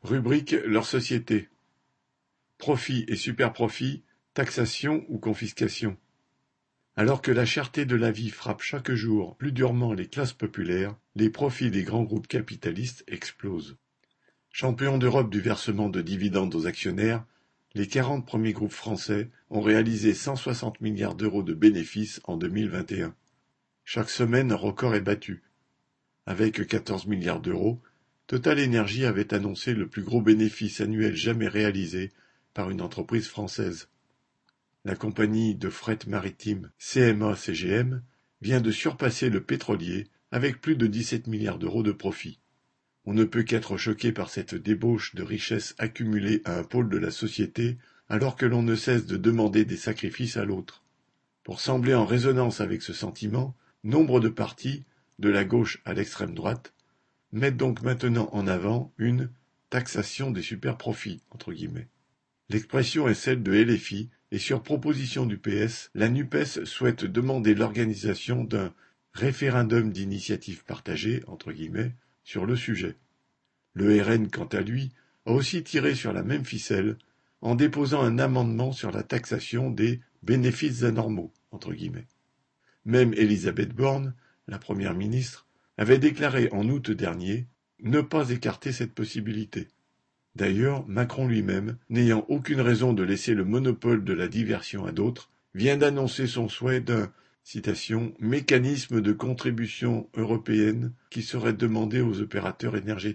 Rubrique leurs sociétés. Profit et superprofit, taxation ou confiscation. Alors que la cherté de la vie frappe chaque jour plus durement les classes populaires, les profits des grands groupes capitalistes explosent. Champions d'Europe du versement de dividendes aux actionnaires, les 40 premiers groupes français ont réalisé 160 milliards d'euros de bénéfices en 2021. Chaque semaine, un record est battu. Avec 14 milliards d'euros, Total Énergie avait annoncé le plus gros bénéfice annuel jamais réalisé par une entreprise française. La compagnie de fret maritime CMA-CGM vient de surpasser le pétrolier avec plus de 17 milliards d'euros de profit. On ne peut qu'être choqué par cette débauche de richesses accumulées à un pôle de la société alors que l'on ne cesse de demander des sacrifices à l'autre. Pour sembler en résonance avec ce sentiment, nombre de partis, de la gauche à l'extrême droite, mettent donc maintenant en avant une « taxation des superprofits ». L'expression est celle de LFI et sur proposition du PS, la NUPES souhaite demander l'organisation d'un « référendum d'initiative partagée » sur le sujet. Le RN, quant à lui, a aussi tiré sur la même ficelle en déposant un amendement sur la taxation des « bénéfices anormaux ». Même Elisabeth Borne, la première ministre, avait déclaré en août dernier ne pas écarter cette possibilité. D'ailleurs, Macron lui-même, n'ayant aucune raison de laisser le monopole de la diversion à d'autres, vient d'annoncer son souhait d'un « mécanisme de contribution européenne qui serait demandé aux opérateurs énergétiques ».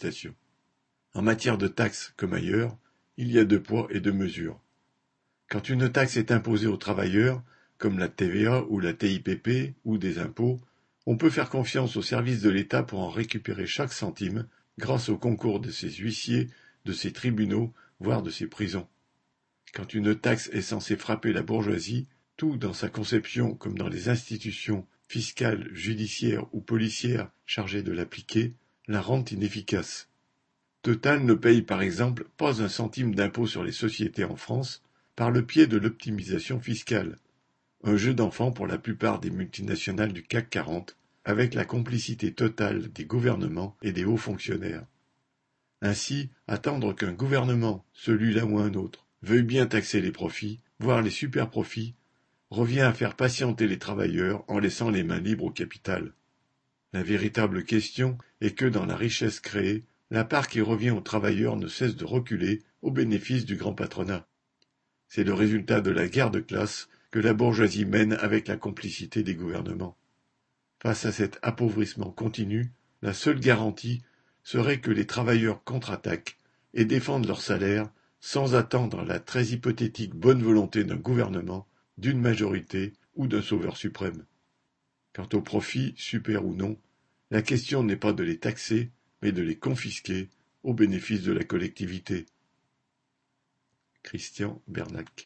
En matière de taxes comme ailleurs, il y a deux poids et deux mesures. Quand une taxe est imposée aux travailleurs, comme la TVA ou la TIPP ou des impôts, on peut faire confiance aux services de l'État pour en récupérer chaque centime grâce au concours de ses huissiers, de ses tribunaux, voire de ses prisons. Quand une taxe est censée frapper la bourgeoisie, tout dans sa conception comme dans les institutions fiscales, judiciaires ou policières chargées de l'appliquer, la rendent inefficace. Total ne paye par exemple pas un centime d'impôt sur les sociétés en France par le biais de l'optimisation fiscale, un jeu d'enfant pour la plupart des multinationales du CAC 40, avec la complicité totale des gouvernements et des hauts fonctionnaires. Ainsi, attendre qu'un gouvernement, celui-là ou un autre, veuille bien taxer les profits, voire les superprofits, revient à faire patienter les travailleurs en laissant les mains libres au capital. La véritable question est que dans la richesse créée, la part qui revient aux travailleurs ne cesse de reculer au bénéfice du grand patronat. C'est le résultat de la guerre de classe que la bourgeoisie mène avec la complicité des gouvernements. Face à cet appauvrissement continu, la seule garantie serait que les travailleurs contre-attaquent et défendent leur salaire sans attendre la très hypothétique bonne volonté d'un gouvernement, d'une majorité ou d'un sauveur suprême. Quant aux profits, super ou non, la question n'est pas de les taxer, mais de les confisquer au bénéfice de la collectivité. Christian Bernac.